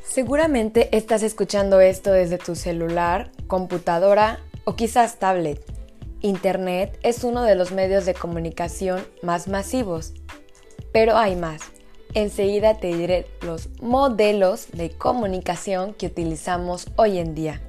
Seguramente estás escuchando esto desde tu celular, computadora o quizás tablet. Internet es uno de los medios de comunicación más masivos, pero hay más. Enseguida te diré los modelos de comunicación que utilizamos hoy en día.